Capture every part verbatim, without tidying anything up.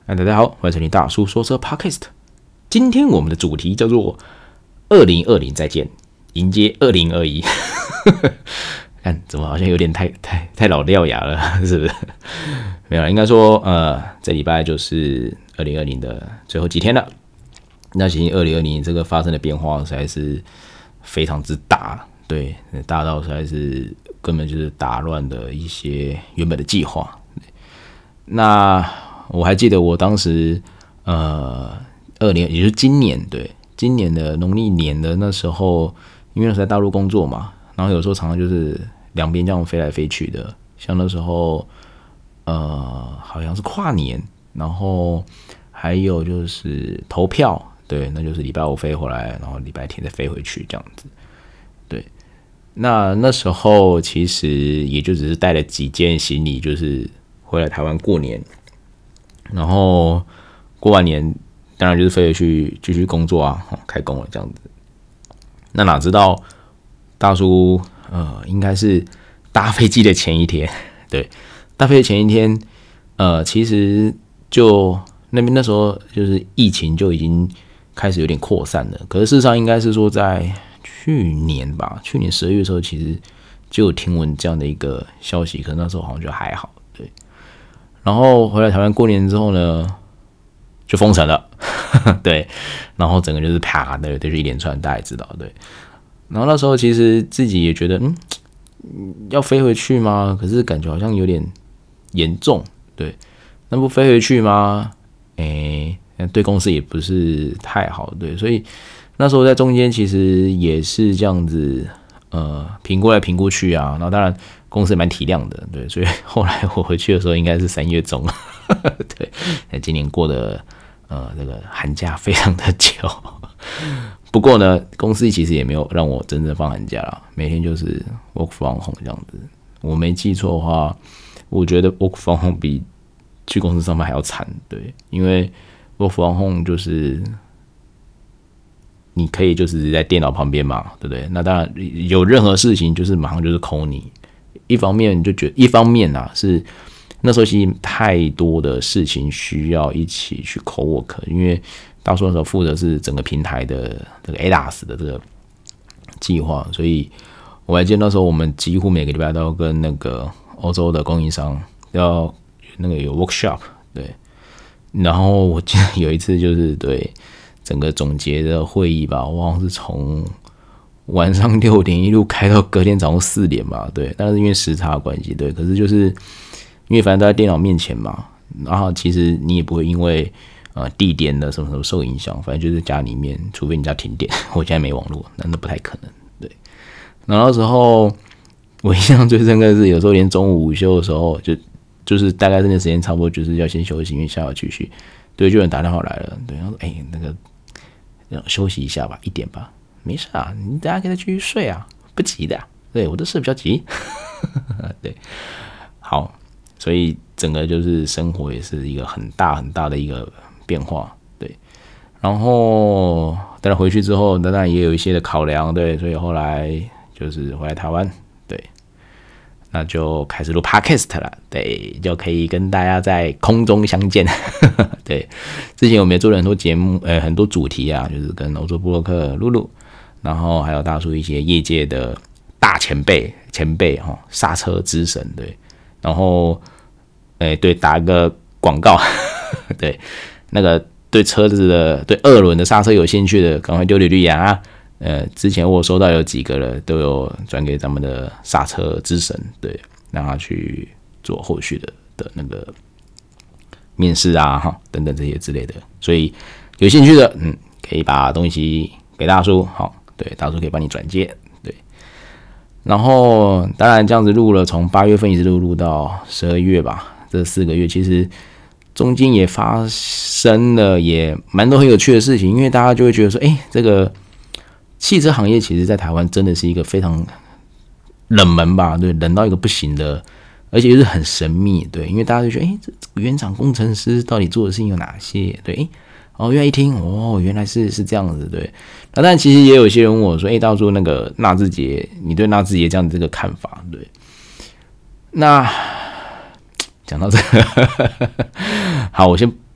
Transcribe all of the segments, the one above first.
大家好，欢迎收听大叔说车 Podcast。今天我们的主题叫做二零二零再见，迎接二零二一。看怎么好像有点太太太老掉牙了，是不是？没有，应该说呃，这礼拜就是二零二零的最后几天了。那其实二零二零这个发生的变化实在是非常之大，对，大到实在是根本就是打乱了一些原本的计划。那我还记得我当时，呃，二年，也就是今年，对，今年的农历年的那时候，因为那时候在大陆工作嘛，然后有时候常常就是两边这样飞来飞去的，像那时候，呃，好像是跨年，然后还有就是投票，对，那就是礼拜五飞回来，然后礼拜天再飞回去这样子，对。那那时候其实也就只是带了几件行李，就是回来台湾过年。然后过完年，当然就是飞回去继续工作啊，开工了这样子。那哪知道大叔呃，应该是搭飞机的前一天，对，搭飞机前一天，呃，其实就那边那时候就是疫情就已经开始有点扩散了。可是事实上应该是说在去年吧，去年十二月的时候，其实就有听闻这样的一个消息，可是那时候好像就还好。然后回来台湾过年之后呢，就封城了，对，然后整个就是啪的，就是一连串，大家也知道，对。然后那时候其实自己也觉得，嗯，要飞回去吗？可是感觉好像有点严重，对。那不飞回去吗？诶，对公司也不是太好，对。所以那时候在中间其实也是这样子，呃，评估来评估去啊。然后当然公司也蛮体谅的，对，所以后来我回去的时候应该是三月中，对，今年过的呃这个寒假非常的久，不过呢，公司其实也没有让我真正放寒假啦，每天就是 work from home 这样子。我没记错的话，我觉得 work from home 比去公司上班还要惨，对，因为 work from home 就是你可以就是在电脑旁边嘛，对不对？那当然有任何事情就是马上就是 call 你。一方面就觉得，一方面啊是那时候其实太多的事情需要一起去 co-work， 因为大叔那时候负责是整个平台的这个 A D A S 的这个计划，所以我还记得那时候我们几乎每个礼拜都要跟那个欧洲的供应商要那个有 workshop， 对，然后我记得有一次就是对整个总结的会议吧，我好像是从晚上六点一路开到隔天早上四点吧，对，但是因为时差的关系，对，可是就是因为反正都在电脑面前嘛，然后其实你也不会因为呃地点的什么什么受影响，反正就是家里面，除非你家停电，我现在没网络，那那不太可能，对。然后那时候我印象最深刻的是，有时候连中午午休的时候，就就是大概这段时间差不多就是要先休息，因为下午继续，对，就有人打电话来了，对，他说哎、欸、那个休息一下吧，一点吧。没事啊，你大家可以再继续睡啊，不急的、啊。对，我的事比较急。对，好，所以整个就是生活也是一个很大很大的一个变化。对，然后当然回去之后，当然也有一些的考量，对，所以后来就是回来台湾，对，那就开始录 podcast 了，对，就可以跟大家在空中相见。对，之前我们也做了很多节目，呃，很多主题啊，就是跟欧洲部落客露露。然后还有大叔一些业界的大前辈前辈哈，刹车之神，对，然后诶对，打一个广告，对，那个对车子的对二轮的刹车有兴趣的，赶快丢履历啊！呃，之前我收到有几个了，都有转给咱们的刹车之神，对，让他去做后续的的那个面试啊哈等等这些之类的，所以有兴趣的，嗯，可以把东西给大叔，好。对，大叔可以帮你转接，对。然后当然这样子录了，从八月份一直录录到十二月吧，这四个月其实中间也发生了也蛮多很有趣的事情，因为大家就会觉得说，哎，这个汽车行业其实在台湾真的是一个非常冷门吧，对，冷到一个不行的，而且又是很神秘，对，因为大家就觉得，哎，这原厂工程师到底做的事情有哪些？对，哎。哦，原来一听，哦，原来是是这样子，对。那但其实也有些人问我说：“哎、欸，到时候那个纳智捷，你对纳智捷这样的这个看法？”对。那讲到这个，好，我先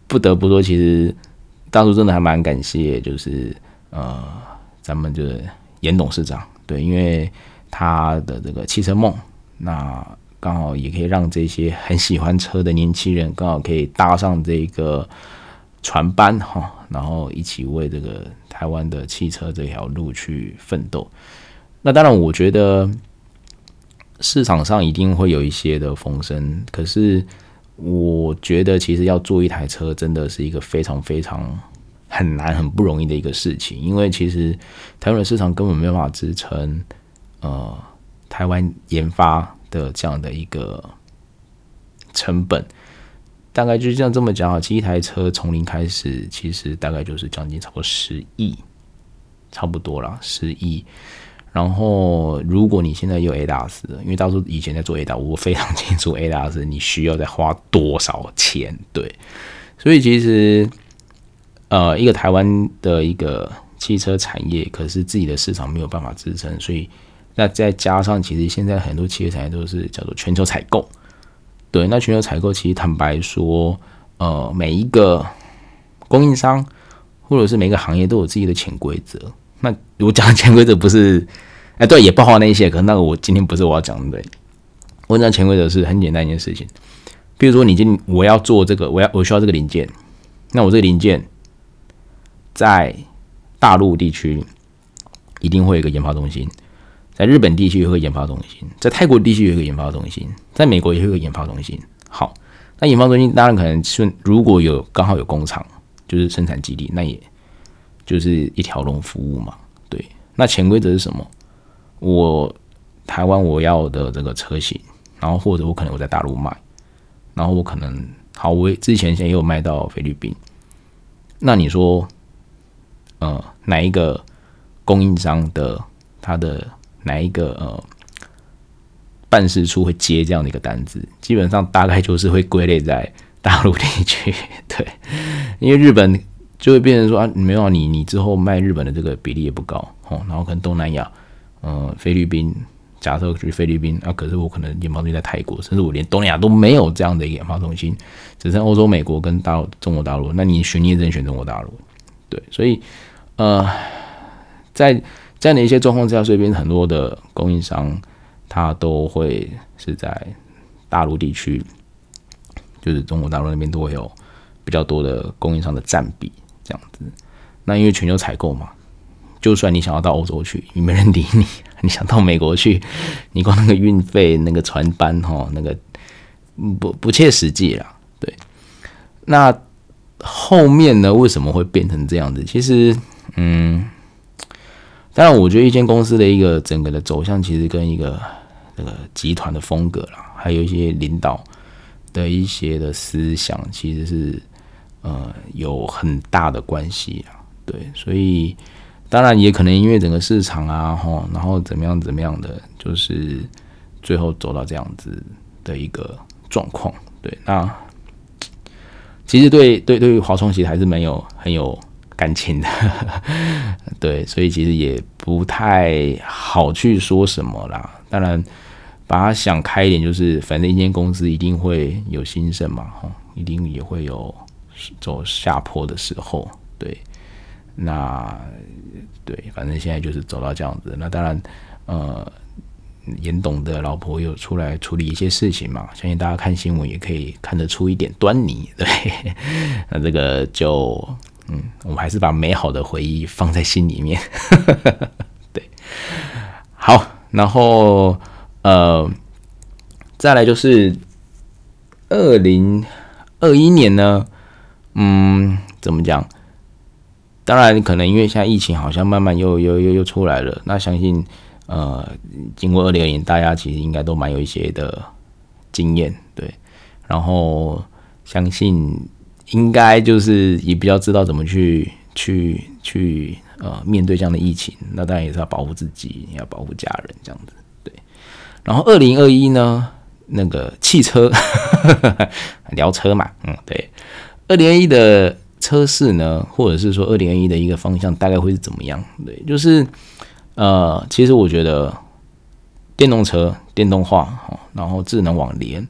不得不说，其实当初真的还蛮感谢，就是呃，咱们就是严董事长，对，因为他的这个汽车梦，那刚好也可以让这些很喜欢车的年轻人，刚好可以搭上这个船班哈，然后一起为这个台湾的汽车这条路去奋斗。那当然，我觉得市场上一定会有一些的风声，可是我觉得其实要做一台车真的是一个非常非常很难很不容易的一个事情，因为其实台湾的市场根本没有办法支撑呃台湾研发的这样的一个成本，大概就像这么讲，其实一台车从零开始，其实大概就是将近差不多十亿，差不多啦，十亿。然后，如果你现在有 A D A S 的，因为当初以前在做 A D A S， 我非常清楚 A D A S 你需要再花多少钱，对。所以其实，呃，一个台湾的一个汽车产业，可是自己的市场没有办法支撑，所以那再加上，其实现在很多汽车产业都是叫做全球采购，对。那全球采购其实坦白说，呃，每一个供应商或者是每个行业都有自己的潜规则。那我讲的潜规则不是，哎，对，也包括那一些，可是那个我今天不是我要讲的。我讲潜规则是很简单一件事情，比如说你今天我要做这个，我要我需要这个零件，那我这个零件在大陆地区一定会有一个研发中心，在日本地区有一个研发中心，在泰国地区有一个研发中心，在美国也有一个研发中心。好，那研发中心当然可能是如果有刚好有工厂，就是生产基地，那也就是一条龙服务嘛，对。那潜规则是什么？我台湾我要的这个车型，然后或者我可能我在大陆卖，然后我可能好，我之前也有卖到菲律宾。那你说，呃，哪一个供应商的他的哪一个呃办事处会接这样的一个单子？基本上大概就是会归类在大陆地区，对，因为日本。就会变成说啊，没有你，你之后卖日本的这个比例也不高哦，然后可能东南亚，呃，菲律宾，假设去菲律宾啊，可是我可能研发中心在泰国，甚至我连东南亚都没有这样的一个研发中心，只剩欧洲、美国跟大陆、中国大陆，那你选你也只能选中国大陆，对，所以呃，在这样的一些状况之下，所以变成很多的供应商，他都会是在大陆地区，就是中国大陆那边都会有比较多的供应商的占比。这样子，那因为全球采购嘛，就算你想要到欧洲去，也没人理你；你想到美国去，你光那个运费、那个船班哈，那个不不切实际啦。对，那后面呢，为什么会变成这样子？其实，嗯，当然，我觉得一间公司的一个整个的走向，其实跟一个这个集团的风格啦，还有一些领导的一些的思想，其实是。呃，有很大的关系啊，对，所以当然也可能因为整个市场啊，吼，然后怎么样怎么样的，就是最后走到这样子的一个状况，对，那其实对对对于华创其实还是蛮有很有感情的，对，所以其实也不太好去说什么啦。当然，把它想开一点，就是反正一间公司一定会有兴盛嘛，吼，一定也会有。走下坡的时候，对，那对，反正现在就是走到这样子。那当然，呃，严董的老婆有出来处理一些事情嘛，相信大家看新闻也可以看得出一点端倪，对。那这个就，嗯，我们还是把美好的回忆放在心里面，对。好，然后呃，再来就是二零二一年呢。嗯，怎么讲？当然，可能因为现在疫情好像慢慢又又又又出来了。那相信，呃，经过二零二零年，大家其实应该都蛮有一些的经验，对。然后相信应该就是也比较知道怎么去去去呃面对这样的疫情。那当然也是要保护自己，也要保护家人这样子，对。然后二零二一呢，那个汽车聊车嘛，嗯，对。二零二一的车市呢，或者是说二零二一的一个方向大概会是怎么样？对，就是呃，其实我觉得电动车、电动化，然后智能网联，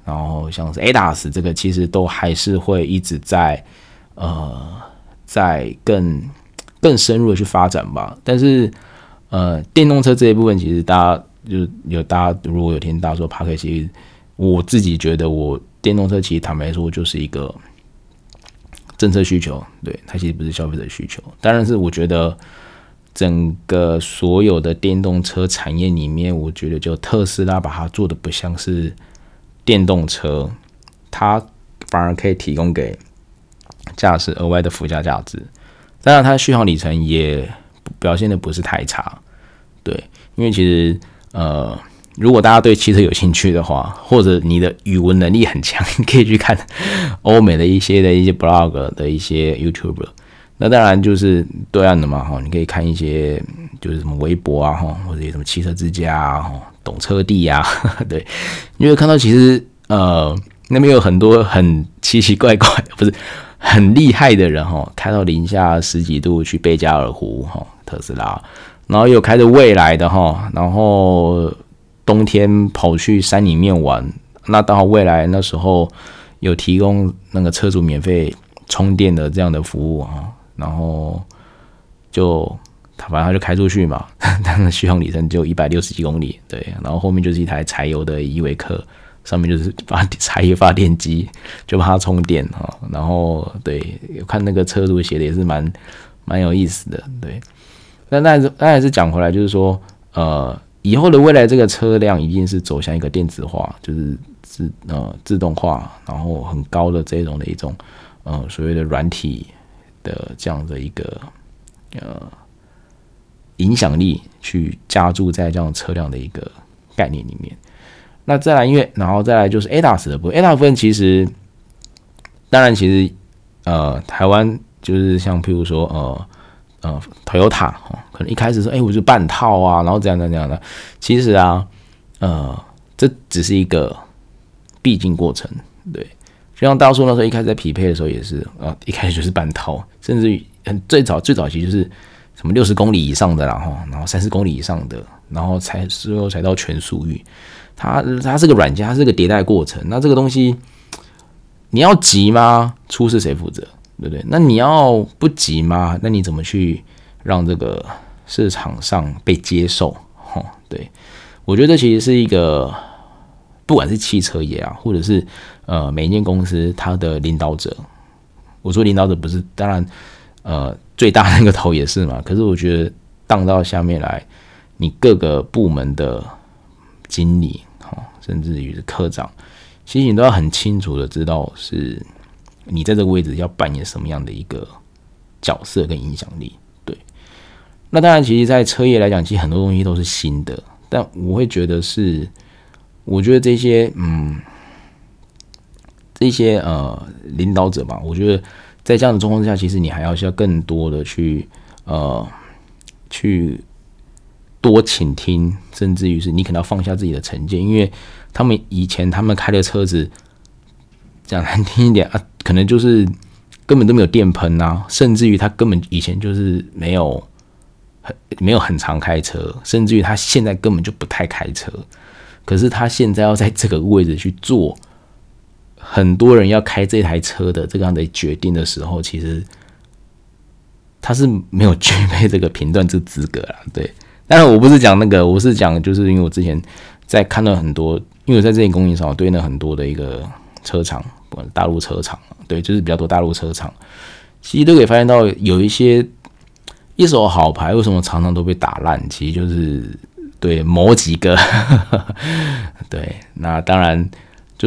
然后像是 A D A S 这个，其实都还是会一直在呃在更更深入的去发展吧。但是呃电动车这一部分，其实大家就有大家如果有听大家说 Podcast， 其实我自己觉得我电动车其实坦白说就是一个政策需求，对，它其实不是消费者需求。当然是我觉得整个所有的电动车产业里面，我觉得就特斯拉把它做的不像是电动车，它反而可以提供给驾驶额外的附加价值。当然它续航里程也表现的不是太差，对，因为其实呃如果大家对汽车有兴趣的话，或者你的语文能力很强，你可以去看欧美的一些的一些 blog 的一些 YouTuber。那当然就是对岸的嘛，你可以看一些就是什么微博啊，或者什么汽车之家啊，懂车帝啊，对，你会看到其实呃那边有很多很奇奇怪怪，不是很厉害的人哈，开到零下十几度去贝加尔湖哈，特斯拉，然后有开着蔚来的哈，然后冬天跑去山里面玩，那刚好蔚来那时候有提供那个车主免费充电的这样的服务啊，然后就他反正他就开出去嘛，但是续航里程只有一百六十几公里，对，然后后面就是一台柴油的依维柯，上面就是把柴油发电机就把它充电哈，然后对，看那个车主写的也是蛮蛮有意思的，对。那但是但是讲回来，就是说呃。以后的未来，这个车辆一定是走向一个电子化，就是自呃自动化，然后很高的这种的一种呃所谓的软体的这样的一个呃影响力，去加注在这样车辆的一个概念里面。那再来，因为然后再来就是 A D A S 的部分 ，A D A S 部分其实当然其实呃台湾就是像譬如说呃。呃 ，Toyota 可能一开始说，哎、欸，我就半套啊，然后这样这样这样的。其实啊，呃，这只是一个必经过程，对。就像大叔那时候一开始在匹配的时候也是，啊，一开始就是半套，甚至于很最早最早期就是什么六十公里以上的啦，哈，然后三十公里以上的，然后才最后才到全速域。它它是个软件，它是个迭代过程。那这个东西你要急吗？出事谁负责？对不对？那你要不急吗？那你怎么去让这个市场上被接受？哦，对，我觉得这其实是一个，不管是汽车业啊，或者是呃每一间公司它的领导者，我说领导者不是，当然呃最大的那个头也是嘛。可是我觉得荡到下面来，你各个部门的经理，哦，甚至于是科长，其实你都要很清楚的知道是。你在这个位置要扮演什么样的一个角色跟影响力？对，那当然，其实，在车业来讲，其实很多东西都是新的，但我会觉得是，我觉得这些，嗯，这些呃领导者吧，我觉得在这样的状况之下，其实你还要需要更多的去呃去多倾听，甚至于是你可能要放下自己的成见，因为他们以前他们开的车子。讲难听一点啊，可能就是根本都没有电喷啊，甚至于他根本以前就是没有很没有很常开车，甚至于他现在根本就不太开车。可是他现在要在这个位置去做很多人要开这台车的这样的决定的时候，其实他是没有具备这个评断这个资格啦。对，当然我不是讲那个，我是讲就是因为我之前在看到很多，因为我在这里供应商，我对那很多的一个。车厂，大陆车厂，对，就是比较多大陆车厂，其实都可以发现到有一些一手好牌，为什么常常都被打烂？其实就是对某几个，对，那当然就是，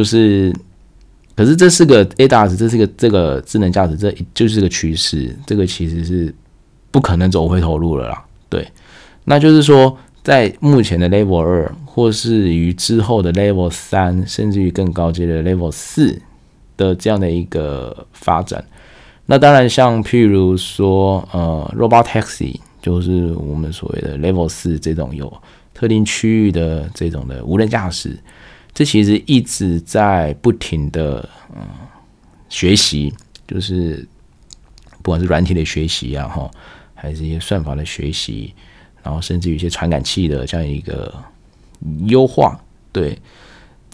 可是这是个 A D A S， 这是个这个智能驾驶，这就是个趋势，这个其实是不可能走回头路了啦，对，那就是说。在目前的 Level 二，或是于之后的 Level 三，甚至于更高阶的 Level 四的这样的一个发展，那当然像譬如说，呃 ，Robot Taxi 就是我们所谓的 Level 四这种有特定区域的这种的无人驾驶，这其实一直在不停的嗯学习，就是不管是软体的学习啊，哈，还是一些算法的学习。然后甚至有一些传感器的这样一个优化，对，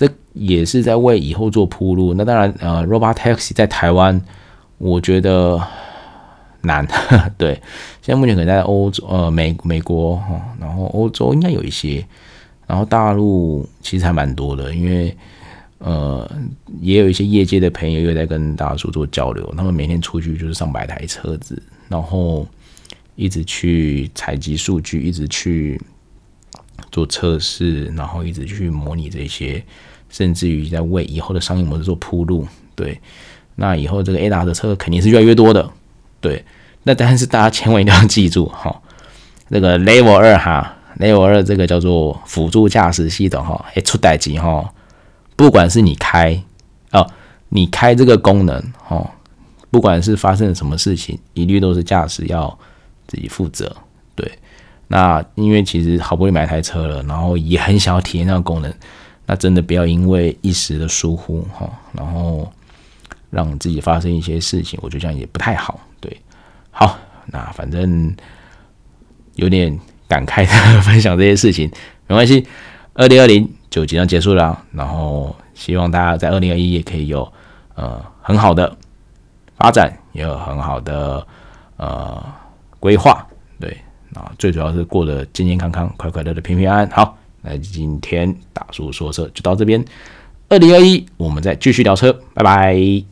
这也是在为以后做铺路。那当然，呃 ，Robotaxi 在台湾，我觉得难，对，现在目前可能在欧洲、呃美美国哈，然后欧洲应该有一些，然后大陆其实还蛮多的，因为呃也有一些业界的朋友也在跟大叔做交流，他们每天出去就是上百台车子，然后一直去采集数据，一直去做测试，然后一直去模拟这些，甚至于在为以后的商业模式做铺路。对，那以后这个 A D A S 的车肯定是越来越多的。对，那但是大家千万一定要记住哈，这个 Level 二哈 ，Level 二这个叫做辅助驾驶系统哈，哎出代志哈，不管是你开哦，你开这个功能哦，不管是发生了什么事情，一律都是驾驶要自己负责。对，那因为其实好不容易买台车了，然后也很想要体验那个功能，那真的不要因为一时的疏忽哈，然后让自己发生一些事情，我觉得这样也不太好。对，好，那反正有点感慨的分享这些事情，没关系，二零二零就即将结束了，然后希望大家在二零二一也可以有呃很好的发展，也有很好的呃规划，对，那最主要是过得健健康康、快快乐乐、平平安安。好，那今天大叔说车就到这边，二零二一我们再继续聊车，拜拜。